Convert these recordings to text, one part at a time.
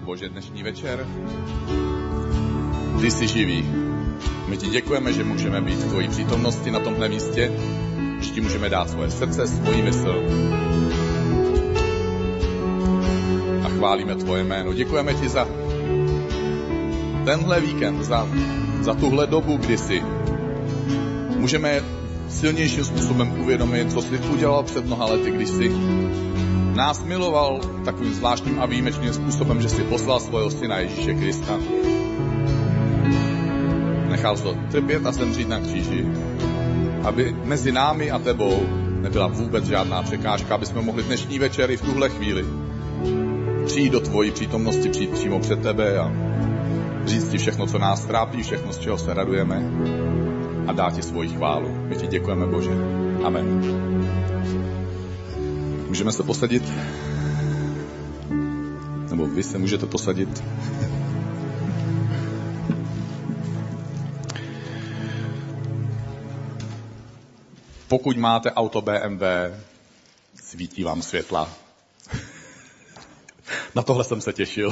Bože, dnešní večer. Ty jsi živý. My ti děkujeme, že můžeme být v tvojí přítomnosti na tomhle místě, že ti můžeme dát svoje srdce, svůj mysl. A chválíme tvoje jméno. Děkujeme ti za tenhle víkend, za tuhle dobu, kdy jsi můžeme silnějším způsobem uvědomit, co jsi udělal před mnoha lety, když jsi nás miloval takovým zvláštním a výjimečným způsobem, že jsi poslal svého syna Ježíše Krista. Nechal to trpět a zemřít na kříži, aby mezi námi a tebou nebyla vůbec žádná překážka, aby jsme mohli dnešní večer i v tuhle chvíli přijít do tvojí přítomnosti, přijít přímo před tebe a říct ti všechno, co nás trápí, všechno, z čeho se radujeme a dát ti svoji chválu. My ti děkujeme, Bože. Amen. Můžeme se posadit? Nebo vy se můžete posadit? Pokud máte auto BMW, svítí vám světla. Na tohle jsem se těšil.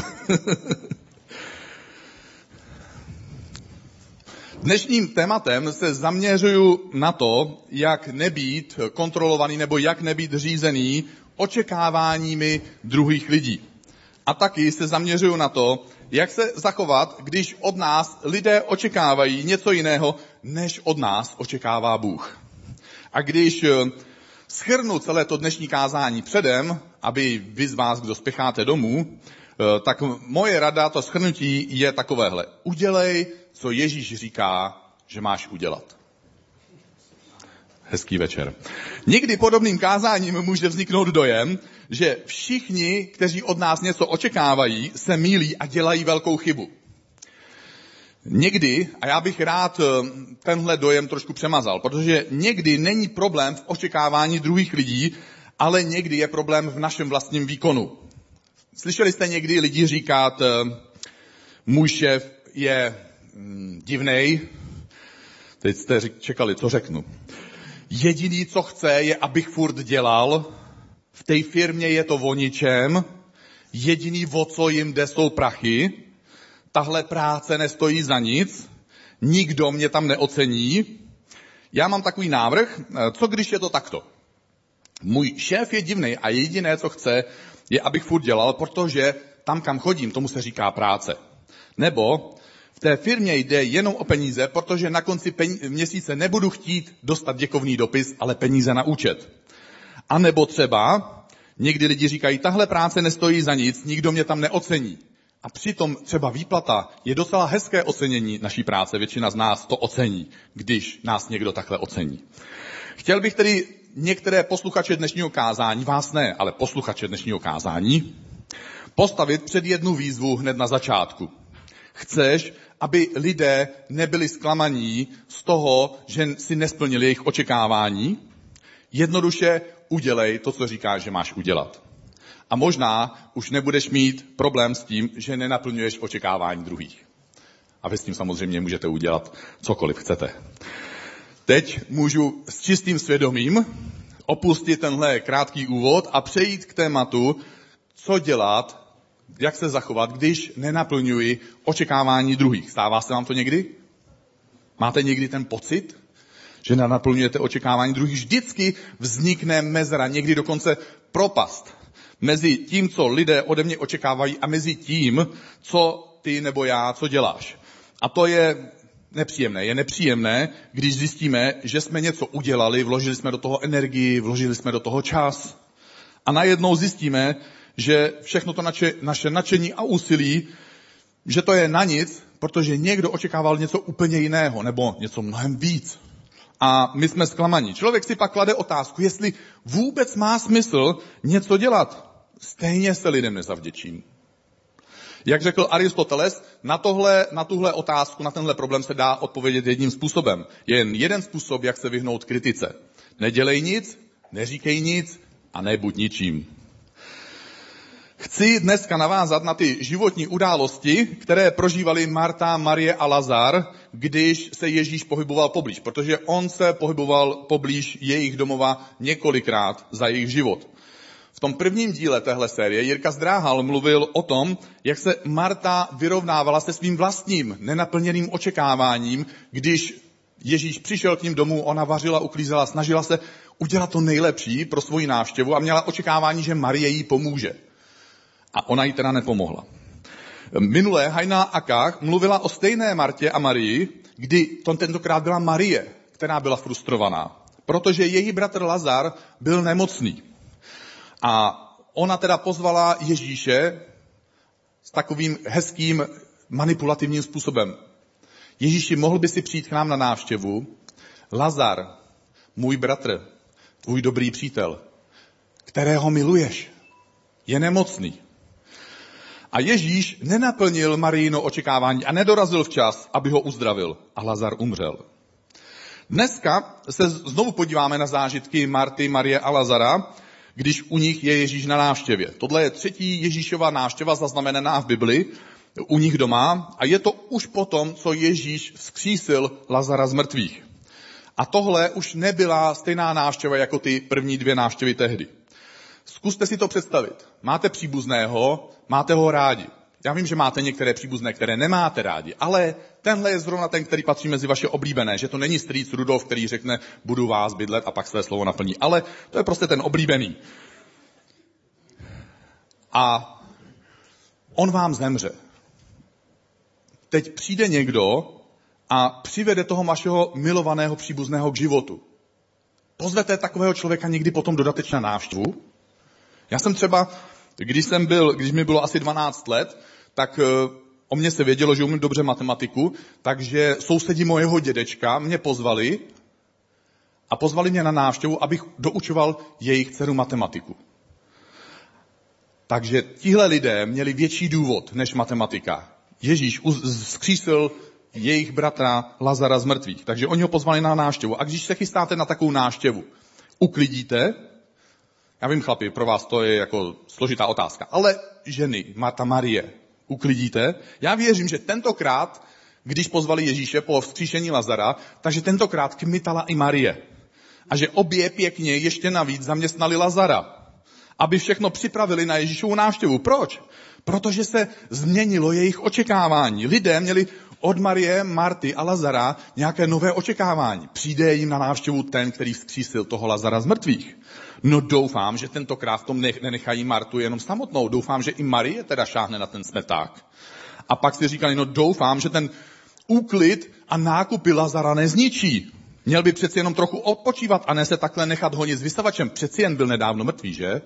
Dnešním tématem se zaměřuju na to, jak nebýt kontrolovaný nebo jak nebýt řízený očekáváními druhých lidí. A taky se zaměřuju na to, jak se zachovat, když od nás lidé očekávají něco jiného, než od nás očekává Bůh. A když shrnu celé to dnešní kázání předem, aby vy z vás, kdo spěcháte domů, tak moje rada, to shrnutí je takovéhle. Udělej, co Ježíš říká, že máš udělat. Hezký večer. Někdy podobným kázáním může vzniknout dojem, že všichni, kteří od nás něco očekávají, se mýlí a dělají velkou chybu. Někdy, a já bych rád tenhle dojem trošku přemazal, protože někdy není problém v očekávání druhých lidí, ale někdy je problém v našem vlastním výkonu. Slyšeli jste někdy lidi říkat, můj šéf je divnej, teď jste čekali, co řeknu. Jediný, co chce, je, abych furt dělal, v té firmě je to o ničem, jediný, o co jim jde, jsou prachy, tahle práce nestojí za nic, nikdo mě tam neocení. Já mám takový návrh, co když je to takto? Můj šéf je divnej a jediné, co chce, je, abych furt dělal, protože tam, kam chodím, tomu se říká práce. Nebo v té firmě jde jenom o peníze, protože na konci měsíce nebudu chtít dostat děkovný dopis, ale peníze na účet. A nebo třeba někdy lidi říkají, tahle práce nestojí za nic, nikdo mě tam neocení. A přitom třeba výplata je docela hezké ocenění naší práce. Většina z nás to ocení, když nás někdo takhle ocení. Chtěl bych tedy některé posluchače dnešního kázání, vás ne, ale posluchače dnešního kázání, postavit před jednu výzvu hned na začátku. Chceš, aby lidé nebyli zklamaní z toho, že si nesplnili jejich očekávání? Jednoduše udělej to, co říkáš, že máš udělat. A možná už nebudeš mít problém s tím, že nenaplňuješ očekávání druhých. A vy s tím samozřejmě můžete udělat cokoliv chcete. Teď můžu s čistým svědomím opustit tenhle krátký úvod a přejít k tématu, co dělat, jak se zachovat, když nenaplňuji očekávání druhých. Stává se vám to někdy? Máte někdy ten pocit, že nenaplňujete očekávání druhých? Vždycky vznikne mezera, někdy dokonce propast mezi tím, co lidé ode mě očekávají a mezi tím, co ty nebo já, co děláš. A to je nepříjemné. Je nepříjemné, když zjistíme, že jsme něco udělali, vložili jsme do toho energii, vložili jsme do toho čas a najednou zjistíme, že všechno to naše nadšení a úsilí, že to je na nic, protože někdo očekával něco úplně jiného nebo něco mnohem víc. A my jsme zklamaní. Člověk si pak klade otázku, jestli vůbec má smysl něco dělat. Stejně se lidem nezavděčím. Jak řekl Aristoteles, na tuhle otázku, na tenhle problém se dá odpovědět jedním způsobem. Je jen jeden způsob, jak se vyhnout kritice. Nedělej nic, neříkej nic a nebuď ničím. Chci dneska navázat na ty životní události, které prožívali Marta, Marie a Lazar, když se Ježíš pohyboval poblíž, protože on se pohyboval poblíž jejich domova několikrát za jejich život. V tom prvním díle téhle série Jirka Zdráhal mluvil o tom, jak se Marta vyrovnávala se svým vlastním nenaplněným očekáváním, když Ježíš přišel k ním domů, ona vařila, uklízela, snažila se udělat to nejlepší pro svoji návštěvu a měla očekávání, že Marie jí pomůže. A ona jí teda nepomohla. Minulé Hajna Akách mluvila o stejné Martě a Marii, kdy tentokrát byla Marie, která byla frustrovaná, protože její bratr Lazar byl nemocný. A ona teda pozvala Ježíše s takovým hezkým manipulativním způsobem. Ježíši, mohl by si přijít k nám na návštěvu? Lazar, můj bratr, tvůj dobrý přítel, kterého miluješ, je nemocný. A Ježíš nenaplnil Marijino očekávání a nedorazil včas, aby ho uzdravil. A Lazar umřel. Dneska se znovu podíváme na zážitky Marty, Marie a Lazara, když u nich je Ježíš na návštěvě. Tohle je 3. Ježíšova návštěva zaznamenaná v Bibli u nich doma a je to už potom, co Ježíš vzkřísil Lazara z mrtvých. A tohle už nebyla stejná návštěva jako ty první 2 návštěvy tehdy. Zkuste si to představit. Máte příbuzného, máte ho rádi. Já vím, že máte některé příbuzné, které nemáte rádi, ale tenhle je zrovna ten, který patří mezi vaše oblíbené, že to není strýc Rudolf, který řekne, budu vás bydlet a pak své slovo naplní. Ale to je prostě ten oblíbený. A on vám zemře. Teď přijde někdo a přivede toho vašeho milovaného příbuzného k životu. Pozvete takového člověka někdy potom dodatečně na návštěvu? Já jsem třeba, když mi bylo asi 12 let, tak o mně se vědělo, že umím dobře matematiku, takže sousedi mojeho dědečka mě pozvali a pozvali mě na návštěvu, abych doučoval jejich dceru matematiku. Takže tihle lidé měli větší důvod než matematika. Ježíš vzkřísil jejich bratra Lazara z mrtvých, takže oni ho pozvali na návštěvu. A když se chystáte na takovou návštěvu, uklidíte? Já vím, chlapi, pro vás to je jako složitá otázka. Ale ženy, Marta, Marie, uklidíte? Já věřím, že tentokrát, když pozvali Ježíše po vzkříšení Lazara, takže tentokrát kmitala i Marie. A že obě pěkně ještě navíc zaměstnali Lazara, aby všechno připravili na Ježíšovu návštěvu. Proč? Protože se změnilo jejich očekávání. Lidé měli od Marie, Marty a Lazara nějaké nové očekávání. Přijde jim na návštěvu ten, který vzkřísil toho Lazara z mrtvých. No doufám, že tentokrát v tom nenechají Martu jenom samotnou. Doufám, že i Marie teda šáhne na ten smeták. A pak si říkali, no doufám, že ten úklid a nákupy Lazara nezničí. Měl by přeci jenom trochu odpočívat a ne se takhle nechat honit s vysavačem. Přeci jen byl nedávno mrtvý, že?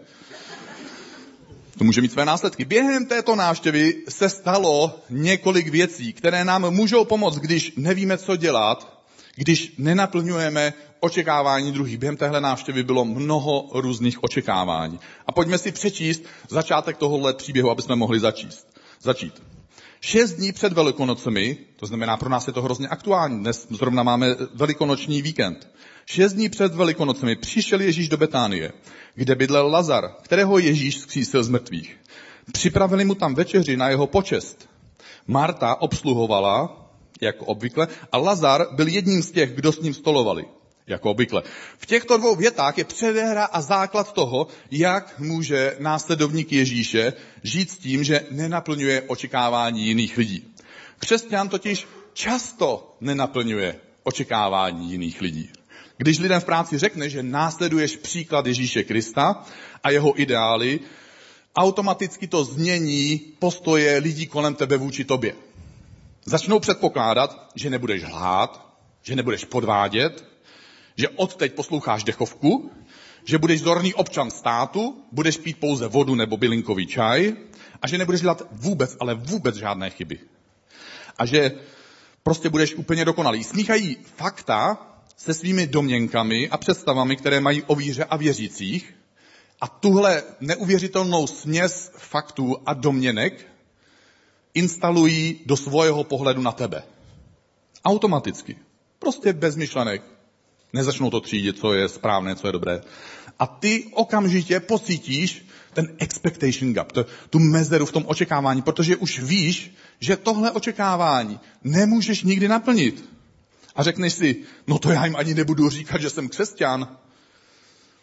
To může mít své následky. Během této návštěvy se stalo několik věcí, které nám můžou pomoct, když nevíme, co dělat, když nenaplňujeme očekávání druhých. Během téhle návštěvy bylo mnoho různých očekávání. A pojďme si přečíst začátek tohohle příběhu, aby jsme mohli začít. 6 dní před Velikonocemi, to znamená, pro nás je to hrozně aktuální, dnes zrovna máme velikonoční víkend. 6 dní před Velikonocemi přišel Ježíš do Betánie, kde bydlel Lazar, kterého Ježíš vzkřísil z mrtvých. Připravili mu tam večeři na jeho počest. Marta obsluhovala, jako obvykle, a Lazar byl jedním z těch, kdo s ním stolovali, jako obvykle. V těchto 2 větách je předehra a základ toho, jak může následovník Ježíše žít s tím, že nenaplňuje očekávání jiných lidí. Křesťan totiž často nenaplňuje očekávání jiných lidí. Když lidem v práci řekne, že následuješ příklad Ježíše Krista a jeho ideály, automaticky to změní postoje lidí kolem tebe vůči tobě. Začnou předpokládat, že nebudeš lhát, že nebudeš podvádět, že odteď posloucháš dechovku, že budeš vzorný občan státu, budeš pít pouze vodu nebo bylinkový čaj a že nebudeš dělat vůbec, ale vůbec žádné chyby. A že prostě budeš úplně dokonalý. Smíchají fakta se svými domněnkami a představami, které mají o víře a věřících a tuhle neuvěřitelnou směs faktů a domněnek instalují do svého pohledu na tebe. Automaticky. Prostě bez myšlenek. Nezačnou to třídit, co je správné, co je dobré. A ty okamžitě pocítíš ten expectation gap, tu mezeru v tom očekávání, protože už víš, že tohle očekávání nemůžeš nikdy naplnit. A řekneš si, no to já jim ani nebudu říkat, že jsem křesťan.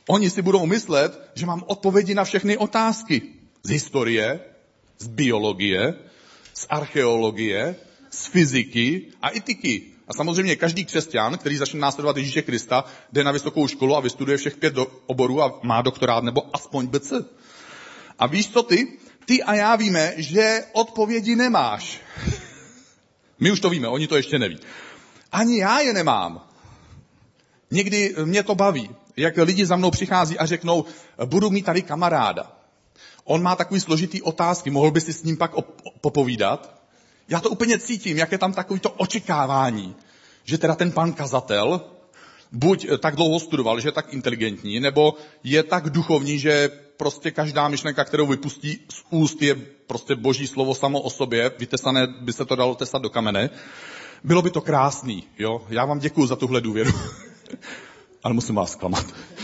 Oni si budou myslet, že mám odpovědi na všechny otázky. Z historie, z biologie, z archeologie, z fyziky a etiky. A samozřejmě každý křesťan, který začne následovat Ježíše Krista, jde na vysokou školu a vystuduje všech 5 oborů a má doktorát nebo aspoň BC. A víš co ty? Ty a já víme, že odpovědi nemáš. My už to víme, oni to ještě neví. Ani já je nemám. Někdy mě to baví, jak lidi za mnou přichází a řeknou, budu mít tady kamaráda. On má takový složitý otázky, mohl by si s ním pak popovídat? Já to úplně cítím, jak je tam takovýto očekávání, že teda ten pan kazatel buď tak dlouho studoval, že je tak inteligentní, nebo je tak duchovní, že prostě každá myšlenka, kterou vypustí z úst, je prostě boží slovo samo o sobě, vytesané by se to dalo tesat do kamene. Bylo by to krásný, jo? Já vám děkuju za tuhle důvěru. Ale musím vás zklamat.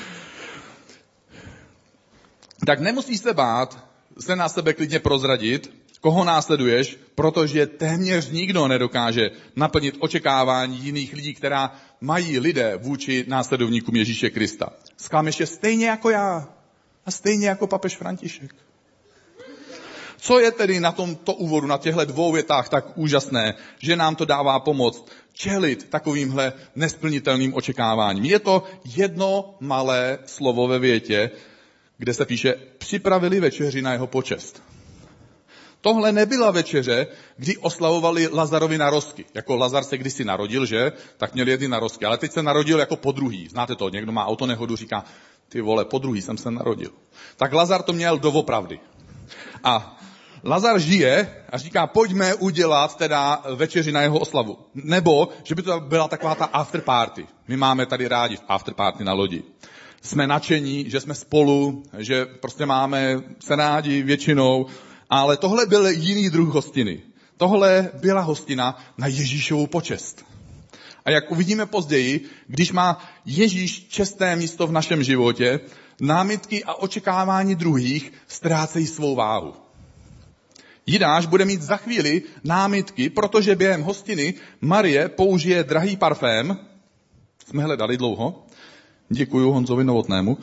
Tak nemusíš se bát se na sebe klidně prozradit, koho následuješ, protože téměř nikdo nedokáže naplnit očekávání jiných lidí, která mají lidé vůči následovníkům Ježíše Krista. Zklameš je stejně jako já a stejně jako papež František. Co je tedy na tomto úvodu, na těchto 2 větách tak úžasné, že nám to dává pomoc čelit takovýmhle nesplnitelným očekáváním? Je to jedno malé slovo ve větě, kde se píše, připravili večeři na jeho počest. Tohle nebyla večeře, kdy oslavovali Lazarovi narozky. Jako Lazar se kdysi narodil, že? Tak měli jedny narozky, ale teď se narodil jako podruhý. Znáte to, někdo má autonehodu, říká, ty vole, podruhý jsem se narodil. Tak Lazar to měl doopravdy. A Lazar žije a říká, pojďme udělat teda večeři na jeho oslavu. Nebo, že by to byla taková ta afterparty. My máme tady rádi afterparty na lodi. Jsme nadšení, že jsme spolu, že prostě máme se rádi většinou, ale tohle byl jiný druh hostiny. Tohle byla hostina na Ježíšovu počest. A jak uvidíme později, když má Ježíš čestné místo v našem životě, námitky a očekávání druhých ztrácejí svou váhu. Jidáš bude mít za chvíli námitky, protože během hostiny Marie použije drahý parfém. Jsme hledali dlouho. Děkuju Honzovi Novotnému.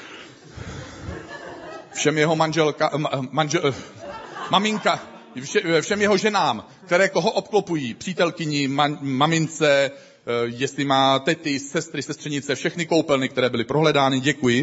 Všem jeho maminka, všem jeho ženám, které koho obklopují, přítelkyni, mamince, jestli má tety, sestry, sestřenice, všechny koupelny, které byly prohledány, děkuji.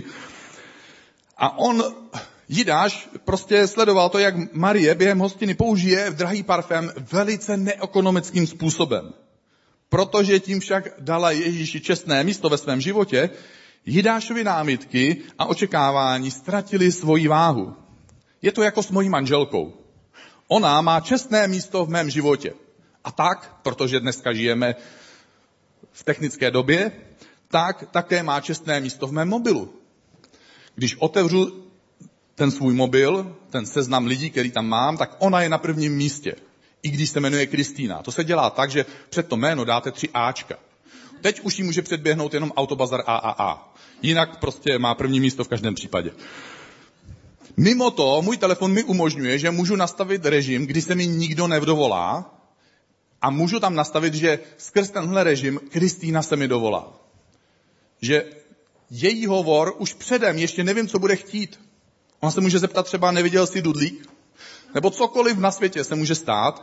A Jidáš prostě sledoval to, jak Marie během hostiny použije drahý parfém velice neekonomickým způsobem. Protože tím však dala Ježíši čestné místo ve svém životě, Jidášovi námitky a očekávání ztratili svoji váhu. Je to jako s mojí manželkou. Ona má čestné místo v mém životě. A tak, protože dneska žijeme v technické době, tak také má čestné místo v mém mobilu. Když otevřu ten svůj mobil, ten seznam lidí, který tam mám, tak ona je na prvním místě. I když se jmenuje Kristýna. To se dělá tak, že před to jméno dáte 3 áčka. Teď už jí může předběhnout jenom Autobazar AAA. Jinak prostě má první místo v každém případě. Mimo to, můj telefon mi umožňuje, že můžu nastavit režim, kdy se mi nikdo nedovolá a můžu tam nastavit, že skrz tenhle režim Kristýna se mi dovolá. Že její hovor už předem, ještě nevím, co bude chtít. Ona se může zeptat třeba, neviděl jsi dudlík? Nebo cokoliv na světě se může stát.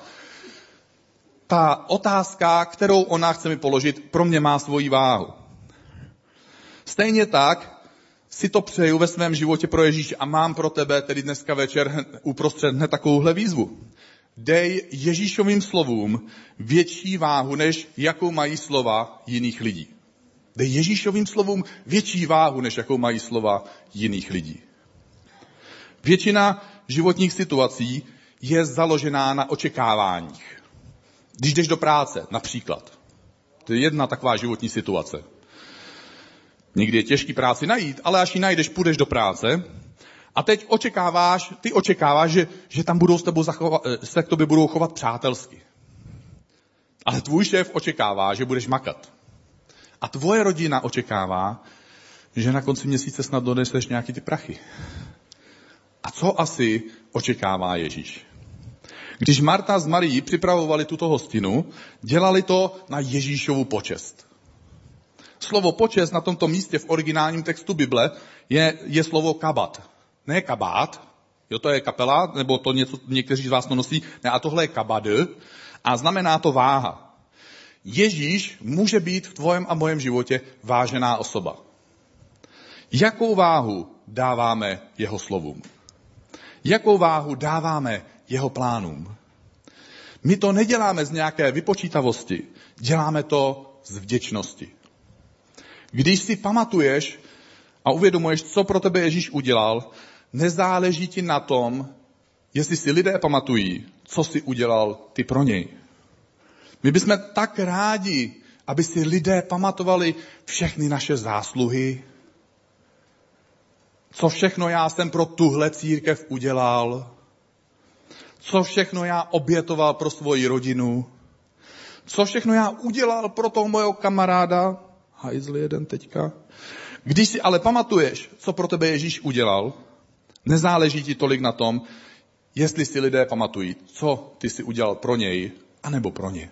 Ta otázka, kterou ona chce mi položit, pro mě má svoji váhu. Stejně tak si to přeju ve svém životě pro Ježíše a mám pro tebe tedy dneska večer uprostřed hned takovouhle výzvu. Dej Ježíšovým slovům větší váhu, než jakou mají slova jiných lidí. Dej Ježíšovým slovům větší váhu, než jakou mají slova jiných lidí. Většina životních situací je založená na očekáváních. Když jdeš do práce, například. To je jedna taková životní situace. Někdy je těžký práci najít, ale až ji najdeš, půjdeš do práce a teď očekáváš, že tam se k tobě budou chovat přátelsky. Ale tvůj šéf očekává, že budeš makat. A tvoje rodina očekává, že na konci měsíce snad doneseš nějaký ty prachy. A co asi očekává Ježíš? Když Marta s Marií připravovali tuto hostinu, dělali to na Ježíšovu počest. Slovo počest na tomto místě v originálním textu Bible je slovo kabat. Ne kabát, jo, to je kapela, nebo to něco, někteří z vás to nosí, ne, a tohle je kabad a znamená to váha. Ježíš může být v tvojem a mojem životě vážená osoba. Jakou váhu dáváme jeho slovům? Jakou váhu dáváme jeho plánům? My to neděláme z nějaké vypočítavosti, děláme to z vděčnosti. Když si pamatuješ a uvědomuješ, co pro tebe Ježíš udělal, nezáleží ti na tom, jestli si lidé pamatují, co jsi udělal ty pro něj. My bychom tak rádi, aby si lidé pamatovali všechny naše zásluhy, co všechno já jsem pro tuhle církev udělal, co všechno já obětoval pro svoji rodinu, co všechno já udělal pro toho mojho kamaráda, hajzl jeden teďka. Když si ale pamatuješ, co pro tebe Ježíš udělal, nezáleží ti tolik na tom, jestli si lidé pamatují, co ty si udělal pro něj, anebo pro ně.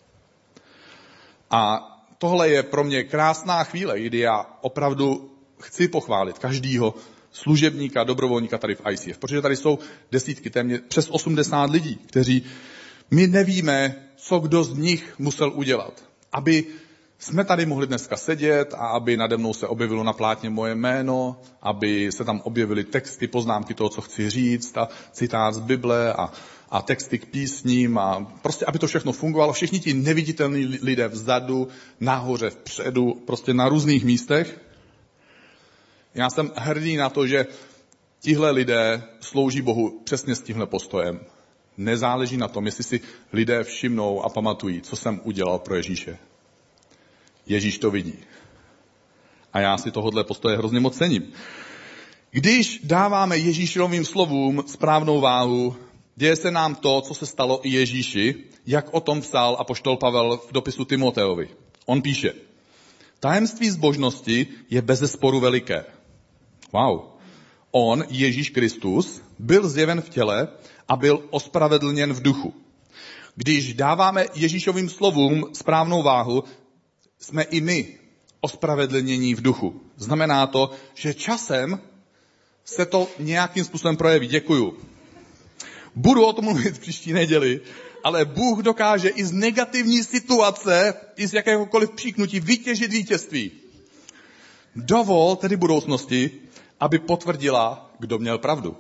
A tohle je pro mě krásná chvíle, kdy já opravdu chci pochválit každýho služebníka, dobrovolníka tady v ICF, protože tady jsou desítky, téměř přes 80 lidí, kteří my nevíme, co kdo z nich musel udělat, aby jsme tady mohli dneska sedět a aby nade mnou se objevilo na plátně moje jméno, aby se tam objevily texty, poznámky toho, co chci říct, a citát z Bible a texty k písním a prostě, aby to všechno fungovalo. Všichni ti neviditelní lidé vzadu, nahoře, vpředu, prostě na různých místech. Já jsem hrdý na to, že tihle lidé slouží Bohu přesně s tímhle postojem. Nezáleží na tom, jestli si lidé všimnou a pamatují, co jsem udělal pro Ježíše. Ježíš to vidí. A já si tohohle postoje hrozně moc cením. Když dáváme Ježíšovým slovům správnou váhu, děje se nám to, co se stalo i Ježíši, jak o tom psal apoštol Pavel v dopisu Timoteovi. On píše, tajemství zbožnosti je bezesporu veliké. Wow. On, Ježíš Kristus, byl zjeven v těle a byl ospravedlněn v duchu. Když dáváme Ježíšovým slovům správnou váhu, jsme i my ospravedlnění v duchu. Znamená to, že časem se to nějakým způsobem projeví. Děkuju. Budu o tom mluvit příští neděli, ale Bůh dokáže i z negativní situace, i z jakéhokoliv příknutí vytěžit vítězství. Dovol tedy budoucnosti, aby potvrdila, kdo měl pravdu.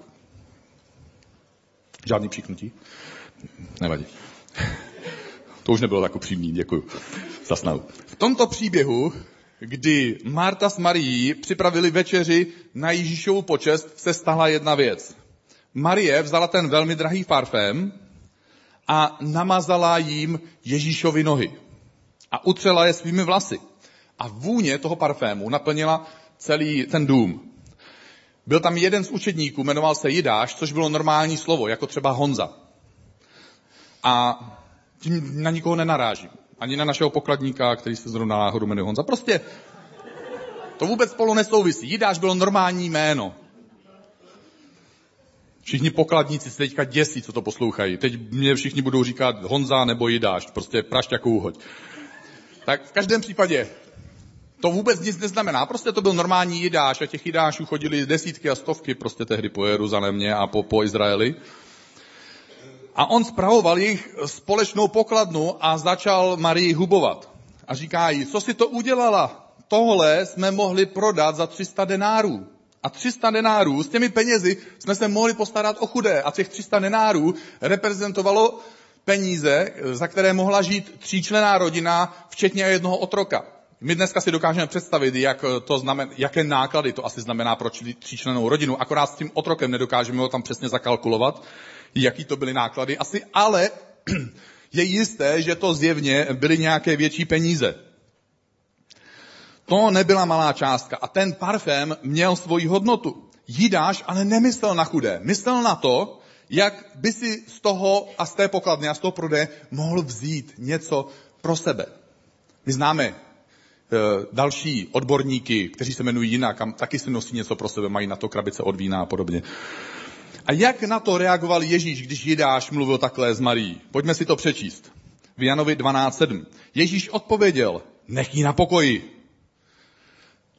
Žádný příknutí? Nevadí. To už nebylo tak upřímný, děkuju za snahu. V tomto příběhu, kdy Marta s Marií připravili večeři na Ježíšovu počest, se stala jedna věc. Marie vzala ten velmi drahý parfém a namazala jím Ježíšovi nohy. A utřela je svými vlasy. A vůně toho parfému naplnila celý ten dům. Byl tam jeden z učedníků, jmenoval se Jidáš, což bylo normální slovo, jako třeba Honza. A tím na nikoho nenarážím. Ani na našeho pokladníka, který se zrovna náhodou jmenuje Honza. Prostě to vůbec spolu nesouvisí. Jidáš bylo normální jméno. Všichni pokladníci se teďka děsí, co to poslouchají. Teď mě všichni budou říkat Honza nebo Jidáš. Prostě prašť jako úhoď. Tak v každém případě to vůbec nic neznamená. Prostě to byl normální Jidáš a těch Jidášů chodili desítky a stovky prostě tehdy po Jeruzalémě a po Izraeli. A on spravoval jejich společnou pokladnu a začal Marii hubovat. A říká jí, co si to udělala? Tohle jsme mohli prodat za 300 denárů. A 300 denárů, s těmi penězi jsme se mohli postarat o chudé. A těch 300 denárů reprezentovalo peníze, za které mohla žít 3členná rodina, včetně jednoho otroka. My dneska si dokážeme představit, jaké náklady to asi znamená pro 3člennou rodinu. Akorát s tím otrokem nedokážeme ho tam přesně zakalkulovat, jaký to byly náklady asi, ale je jisté, že to zjevně byly nějaké větší peníze. To nebyla malá částka a ten parfém měl svoji hodnotu. Jidáš ale nemyslel na chudé. Myslel na to, jak by si z toho a z té pokladny a z toho prodeje mohl vzít něco pro sebe. My známe další odborníky, kteří se jmenují jinak a taky si nosí něco pro sebe, mají na to krabice od vína a podobně. A jak na to reagoval Ježíš, když Jidáš mluvil takhle s Marií? Pojďme si to přečíst. V Janovi 12:7. Ježíš odpověděl, nech jí na pokoji.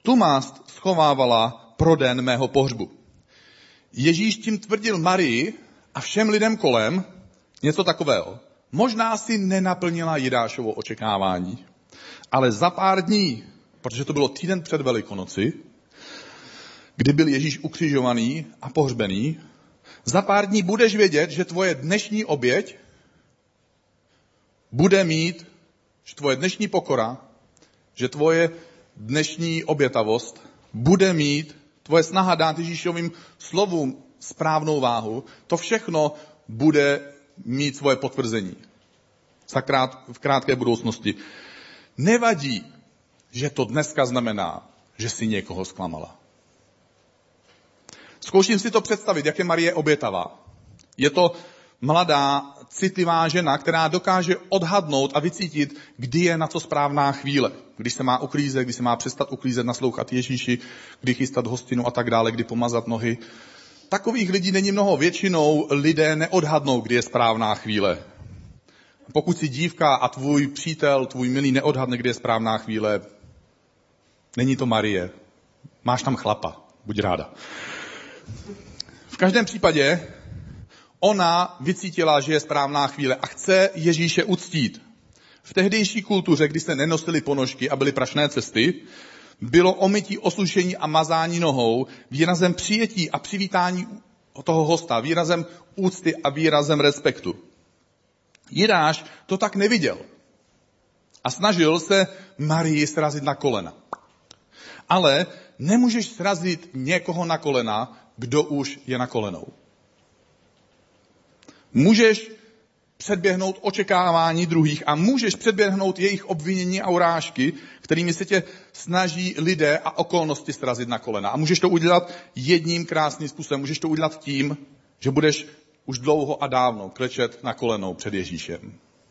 tu mást schovávala pro den mého pohřbu. Ježíš tím tvrdil Marii a všem lidem kolem něco takového. Možná si nenaplnila Jidášovo očekávání, ale za pár dní, protože to bylo týden před Velikonoci, kdy byl Ježíš ukřižovaný a pohřbený, za pár dní budeš vědět, že tvoje dnešní oběť bude mít, že tvoje dnešní pokora, že tvoje dnešní obětavost bude mít, tvoje snaha dát Ježíšovým slovům správnou váhu, to všechno bude mít svoje potvrzení v krátké budoucnosti. Nevadí, že to dneska znamená, že si někoho zklamala. Zkouším si to představit, jak je Marie obětavá. Je to mladá, citlivá žena, která dokáže odhadnout a vycítit, kdy je na co správná chvíle. Když se má uklízet, kdy se má přestat uklízet, naslouchat Ježíši, kdy chystat hostinu a tak dále, kdy pomazat nohy. Takových lidí není mnoho. Většinou lidé neodhadnou, kdy je správná chvíle. Pokud si dívka a tvůj přítel, tvůj milý neodhadne, kdy je správná chvíle, není to Marie. Máš tam chlapa, buď ráda. V každém případě ona vycítila, že je správná chvíle a chce Ježíše uctít. V tehdejší kultuře, kdy se nenosily ponožky a byly prašné cesty, bylo omytí, osušení a mazání nohou výrazem přijetí a přivítání toho hosta, výrazem úcty a výrazem respektu. Jidáš to tak neviděl a snažil se Marii srazit na kolena. Ale nemůžeš srazit někoho na kolena, kdo už je na kolenou. Můžeš předběhnout očekávání druhých a můžeš předběhnout jejich obvinění a urážky, kterými se tě snaží lidé a okolnosti srazit na kolena. A můžeš to udělat jedním krásným způsobem. Můžeš to udělat tím, že budeš už dlouho a dávno klečet na kolenou před Ježíšem.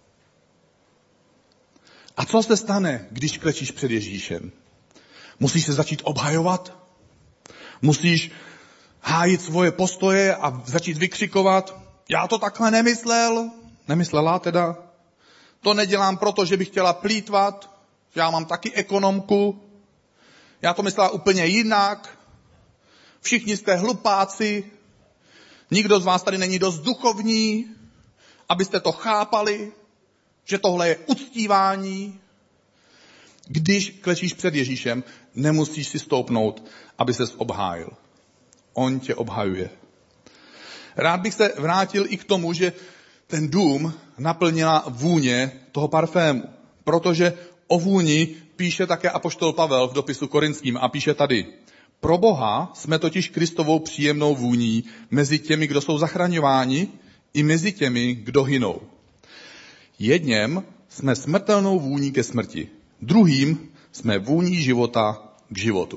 A co se stane, když klečíš před Ježíšem? Musíš se začít obhajovat? Musíš hájit svoje postoje a začít vykřikovat? Já to takhle nemyslela teda. To nedělám proto, že bych chtěla plýtvat. Já mám taky ekonomku. Já to myslela úplně jinak. Všichni jste hlupáci. Nikdo z vás tady není dost duchovní, abyste to chápali, že tohle je uctívání. Když klečíš před Ježíšem, nemusíš si stoupnout, aby ses obhájil. On tě obhajuje. Rád bych se vrátil i k tomu, že ten dům naplnila vůně toho parfému. Protože o vůni píše také apoštol Pavel v dopisu Korinským a píše tady: pro Boha jsme totiž Kristovou příjemnou vůní mezi těmi, kdo jsou zachraňováni, i mezi těmi, kdo hynou. Jedněm jsme smrtelnou vůní ke smrti, druhým jsme vůní života k životu.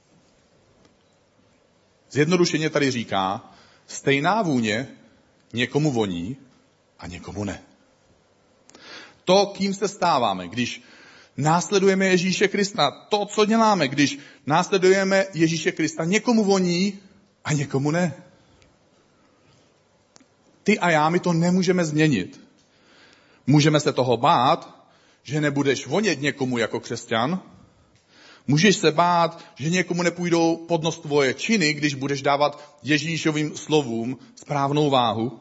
Zjednodušeně tady říká, stejná vůně někomu voní a někomu ne. To, kým se stáváme, když následujeme Ježíše Krista, to, co děláme, když následujeme Ježíše Krista, někomu voní a někomu ne. Ty a já, my to nemůžeme změnit. Můžeme se toho bát, že nebudeš vonět někomu jako křesťan. Můžeš se bát, že někomu nepůjdou pod nos tvoje činy, když budeš dávat Ježíšovým slovům správnou váhu.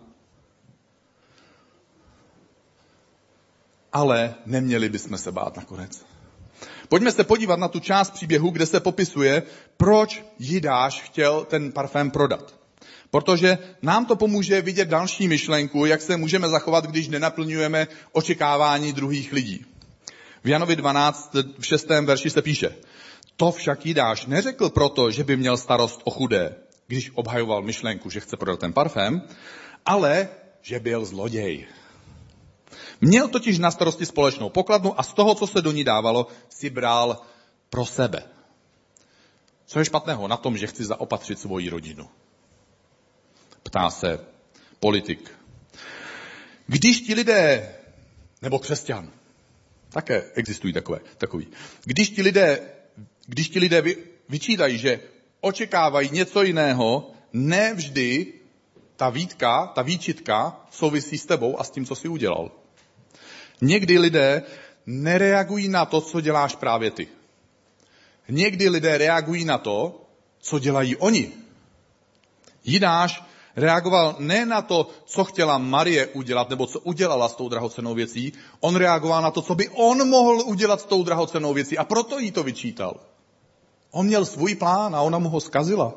Ale neměli bychom se bát nakonec. Pojďme se podívat na tu část příběhu, kde se popisuje, proč Jidáš chtěl ten parfém prodat. Protože nám to pomůže vidět další myšlenku, jak se můžeme zachovat, když nenaplňujeme očekávání druhých lidí. V Janovi 12, v 6. verši se píše: to však Jidáš neřekl proto, že by měl starost o chudé, když obhajoval myšlenku, že chce prodat ten parfém, ale že byl zloděj. Měl totiž na starosti společnou pokladnu a z toho, co se do ní dávalo, si bral pro sebe. Co je špatného na tom, že chci zaopatřit svoji rodinu? Ptá se politik. Když ti lidé, nebo křesťan, také existují takový. Když ti lidé vyčítají, že očekávají něco jiného, ne vždy ta výčitka souvisí s tebou a s tím, co jsi udělal. Někdy lidé nereagují na to, co děláš právě ty. Někdy lidé reagují na to, co dělají oni. Jidáš reagoval ne na to, co chtěla Marie udělat, nebo co udělala s tou drahocennou věcí. On reagoval na to, co by on mohl udělat s tou drahocennou věcí a proto jí to vyčítal. On měl svůj plán a ona mu ho zkazila.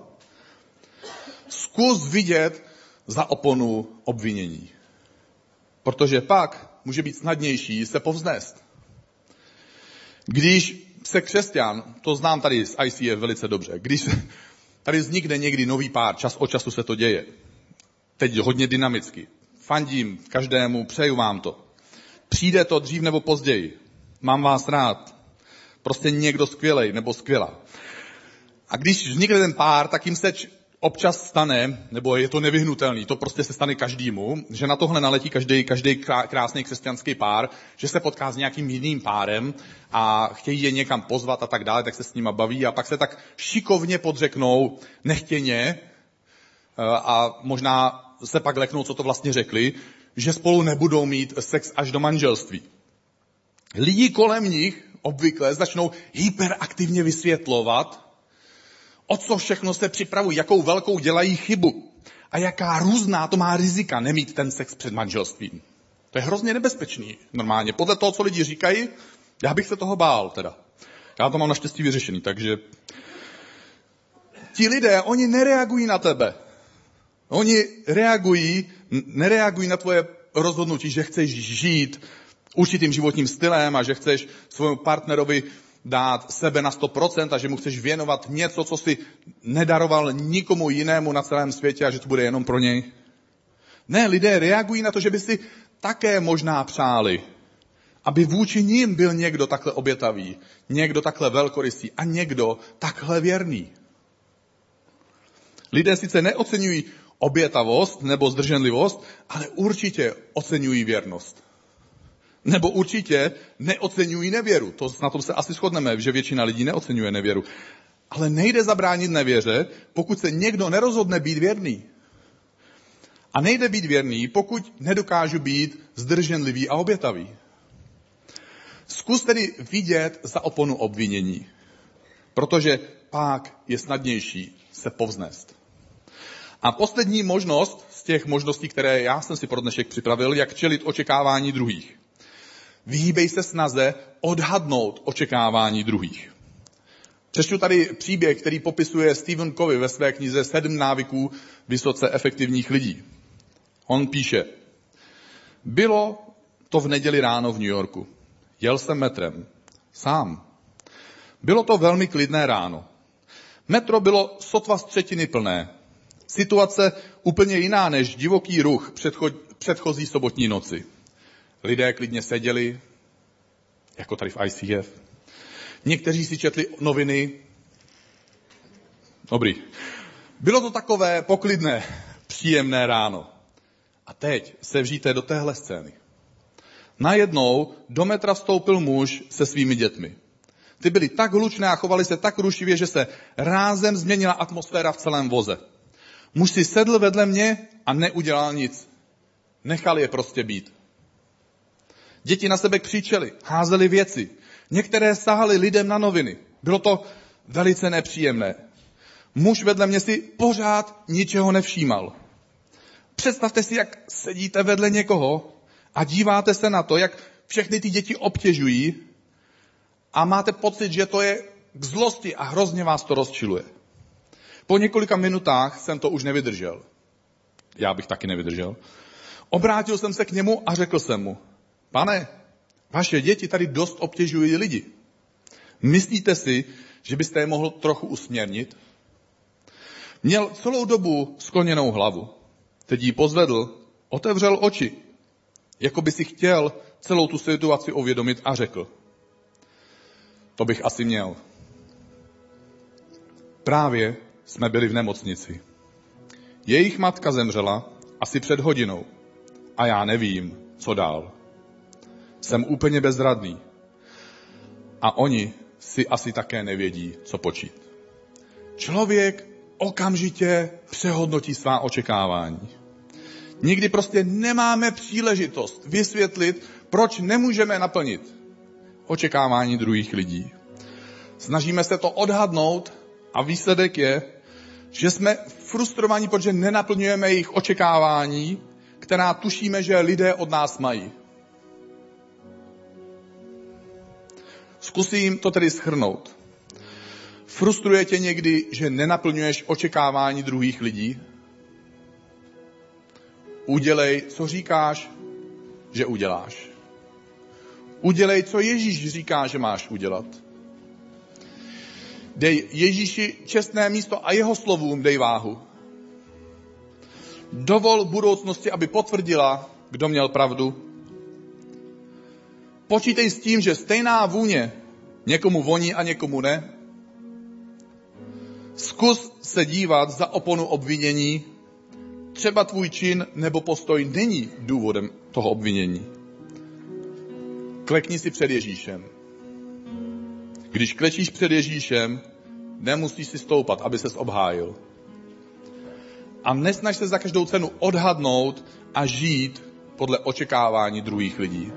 Zkus vidět za oponu obvinění. Protože pak může být snadnější se povznést. Když se křesťan, to znám tady z ICF velice dobře, když tady vznikne někdy nový pár, čas od času se to děje. Teď hodně dynamicky. Fandím každému, přeju vám to. Přijde to dřív nebo později. Mám vás rád. Prostě někdo skvělej nebo skvělá. A když vznikne ten pár, tak jim se občas stane, nebo je to nevyhnutelný, to prostě se stane každému, že na tohle naletí každý krásný křesťanský pár, že se potká s nějakým jiným párem a chtějí je někam pozvat a tak dále, tak se s nima baví a pak se tak šikovně podřeknou nechtěně a možná se pak leknou, co to vlastně řekli, že spolu nebudou mít sex až do manželství. Lidi kolem nich obvykle začnou hyperaktivně vysvětlovat, o co všechno se připravují, jakou velkou dělají chybu a jaká různá to má rizika nemít ten sex před manželstvím. To je hrozně nebezpečný normálně. Podle toho, co lidi říkají, já bych se toho bál teda. Já to mám naštěstí vyřešený, takže ti lidé, oni nereagují na tebe. Oni nereagují na tvoje rozhodnutí, že chceš žít určitým životním stylem a že chceš svému partnerovi dát sebe na 100% a že mu chceš věnovat něco, co si nedaroval nikomu jinému na celém světě a že to bude jenom pro něj. Ne, lidé reagují na to, že by si také možná přáli, aby vůči nim byl někdo takhle obětavý, někdo takhle velkorysý a někdo takhle věrný. Lidé sice neoceňují obětavost nebo zdrženlivost, ale určitě oceňují věrnost. Nebo určitě neoceňují nevěru. Na tom se asi shodneme, že většina lidí neoceňuje nevěru. Ale nejde zabránit nevěře, pokud se někdo nerozhodne být věrný. A nejde být věrný, pokud nedokážu být zdrženlivý a obětavý. Zkus tedy vidět za oponu obvinění, protože pak je snadnější se povznést. A poslední možnost z těch možností, které já jsem si pro dnešek připravil, jak čelit očekávání druhých. Vyhýbej se snaze odhadnout očekávání druhých. Přečtu tady příběh, který popisuje Stephen Covey ve své knize 7 návyků vysoce efektivních lidí. On píše, bylo to v neděli ráno v New Yorku. Jel jsem metrem. Sám. Bylo to velmi klidné ráno. Metro bylo sotva z třetiny plné. Situace úplně jiná než divoký ruch předchozí sobotní noci. Lidé klidně seděli, jako tady v ICF. Někteří si četli noviny. Dobrý. Bylo to takové poklidné, příjemné ráno. A teď se vžijte do téhle scény. Najednou do metra vstoupil muž se svými dětmi. Ty byly tak hlučné a chovali se tak rušivě, že se rázem změnila atmosféra v celém voze. Muž si sedl vedle mě a neudělal nic. Nechal je prostě být. Děti na sebe křičely, házely věci. Některé sahaly lidem na noviny. Bylo to velice nepříjemné. Muž vedle mě si pořád ničeho nevšímal. Představte si, jak sedíte vedle někoho a díváte se na to, jak všechny ty děti obtěžují a máte pocit, že to je k zlosti a hrozně vás to rozčiluje. Po několika minutách jsem to už nevydržel. Já bych taky nevydržel. Obrátil jsem se k němu a řekl jsem mu, pane, vaše děti tady dost obtěžují lidi. Myslíte si, že byste je mohl trochu usměrnit? Měl celou dobu skloněnou hlavu. Teď ji pozvedl, otevřel oči, jako by si chtěl celou tu situaci uvědomit a řekl. To bych asi měl. Právě jsme byli v nemocnici. Jejich matka zemřela asi před hodinou a já nevím, co dál. Jsem úplně bezradný. A oni si asi také nevědí, co počít. Člověk okamžitě přehodnotí svá očekávání. Nikdy prostě nemáme příležitost vysvětlit, proč nemůžeme naplnit očekávání druhých lidí. Snažíme se to odhadnout a výsledek je, že jsme frustrovaní, protože nenaplňujeme jejich očekávání, která tušíme, že lidé od nás mají. Zkusím to tedy shrnout. Frustruje tě někdy, že nenaplňuješ očekávání druhých lidí? Udělej, co říkáš, že uděláš. Udělej, co Ježíš říká, že máš udělat. Dej Ježíši čestné místo a jeho slovům dej váhu. Dovol budoucnosti, aby potvrdila, kdo měl pravdu. Počítej s tím, že stejná vůně někomu voní a někomu ne. Zkus se dívat za oponu obvinění. Třeba tvůj čin nebo postoj není důvodem toho obvinění. Klekni si před Ježíšem. Když klečíš před Ježíšem, nemusíš si stoupat, aby ses obhájil. A nesnaž se za každou cenu odhadnout a žít podle očekávání druhých lidí.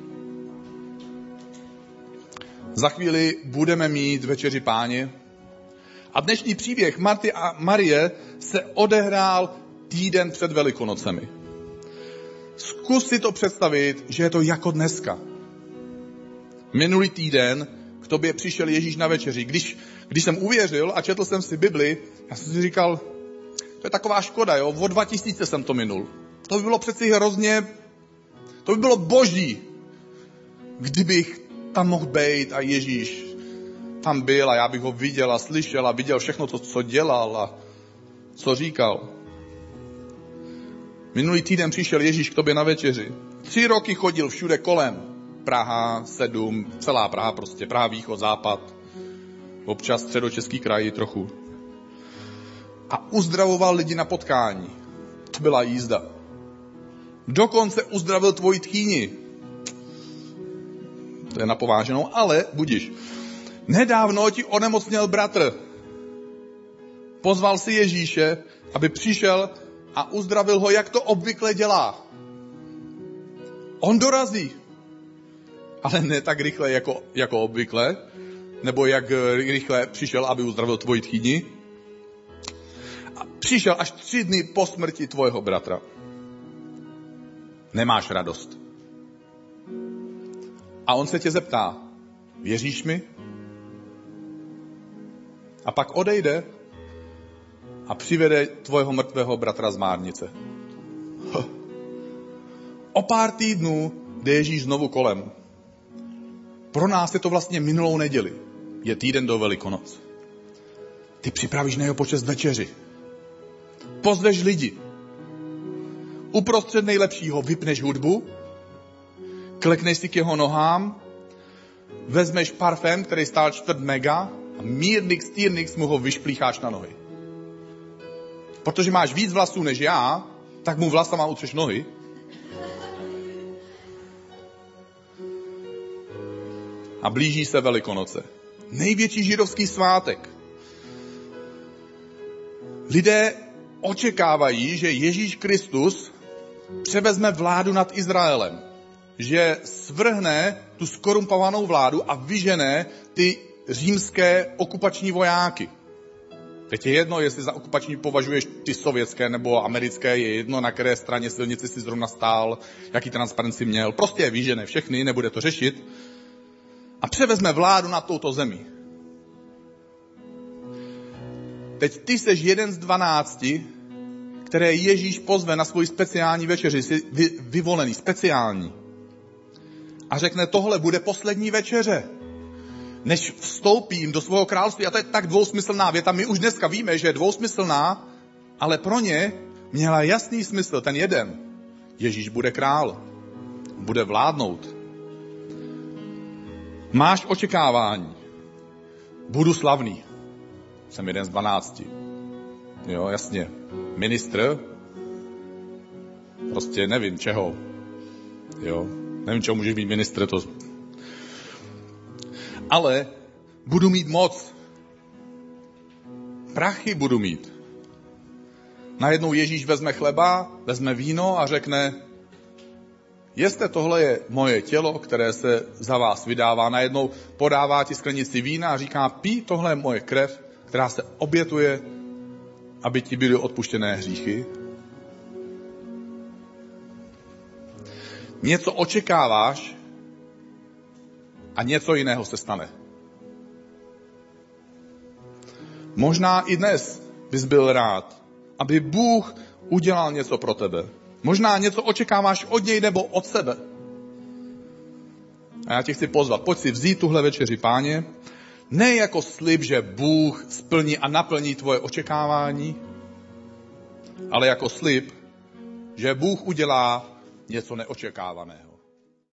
Za chvíli budeme mít večeři Páně. A dnešní příběh Marty a Marie se odehrál týden před Velikonocemi. Zkus si to představit, že je to jako dneska. Minulý týden k tobě přišel Ježíš na večeři. Když jsem uvěřil a četl jsem si Bibli, já jsem si říkal, to je taková škoda, jo? O 2000 jsem to minul. To by bylo přeci hrozně, to by bylo boží, kdybych tam mohl být a Ježíš tam byl a já bych ho viděl a slyšel a viděl všechno to, co dělal a co říkal. Minulý týden přišel Ježíš k tobě na večeři. 3 roky chodil všude kolem. Praha, 7, celá Praha prostě. Praha, východ, západ. Občas středočeský kraj trochu. A uzdravoval lidi na potkání. To byla jízda. Dokonce uzdravil tvoji tchýni. To je na pováženou, ale budiš. Nedávno ti onemocněl bratr. Pozval si Ježíše, aby přišel a uzdravil ho, jak to obvykle dělá. On dorazí. Ale ne tak rychle jako obvykle, nebo jak rychle přišel, aby uzdravil tvoji tchýni. A přišel až 3 dny po smrti tvojho bratra. Nemáš radost. A on se tě zeptá, věříš mi? A pak odejde a přivede tvojho mrtvého bratra z márnice. O pár týdnů jde Ježíš znovu kolem. Pro nás je to vlastně minulou neděli. Je týden do Velikonoc. Ty připravíš na jeho počest večeři. Pozveš lidi. Uprostřed nejlepšího vypneš hudbu, klekneš si k jeho nohám, vezmeš parfém, který stál 4 mega a mírnix, týrnix mu ho vyšplícháš na nohy. Protože máš víc vlasů než já, tak mu vlasama utřeš nohy. A blíží se Velikonoce. Největší židovský svátek. Lidé očekávají, že Ježíš Kristus převezme vládu nad Izraelem. Že svrhne tu skorumpovanou vládu a vyžene ty římské okupační vojáky. Teď je jedno, jestli za okupační považuješ ty sovětské nebo americké, je jedno, na které straně silnice si zrovna stál, jaký transparent si měl. Prostě je vyžene všechny, nebude to řešit. A převezme vládu nad touto zemí. Teď ty seš jeden z 12, které Ježíš pozve na svoji speciální večeři, jsi vyvolený, speciální. A řekne, tohle bude poslední večeře, než vstoupím do svého království. A to je tak dvousmyslná věta. My už dneska víme, že je dvousmyslná, ale pro ně měla jasný smysl, ten jeden. Ježíš bude král, bude vládnout. Máš očekávání. Budu slavný. Jsem jeden z 12. Jo, jasně. Ministr. Prostě nevím čeho. Jo, nevím, čeho můžeš být ministr. To... Ale budu mít moc. Prachy budu mít. Najednou Ježíš vezme chleba, vezme víno a řekne, Jeste, tohle je moje tělo, které se za vás vydává. Najednou podává ti sklenici vína a říká, pij, tohle je moje krev, která se obětuje, aby ti byly odpuštěné hříchy. Něco očekáváš a něco jiného se stane. Možná i dnes bys byl rád, aby Bůh udělal něco pro tebe. Možná něco očekáváš od něj nebo od sebe. A já tě chci pozvat, pojď si vzít tuhle večeři, Páně, ne jako slib, že Bůh splní a naplní tvoje očekávání, ale jako slib, že Bůh udělá něco neočekávaného.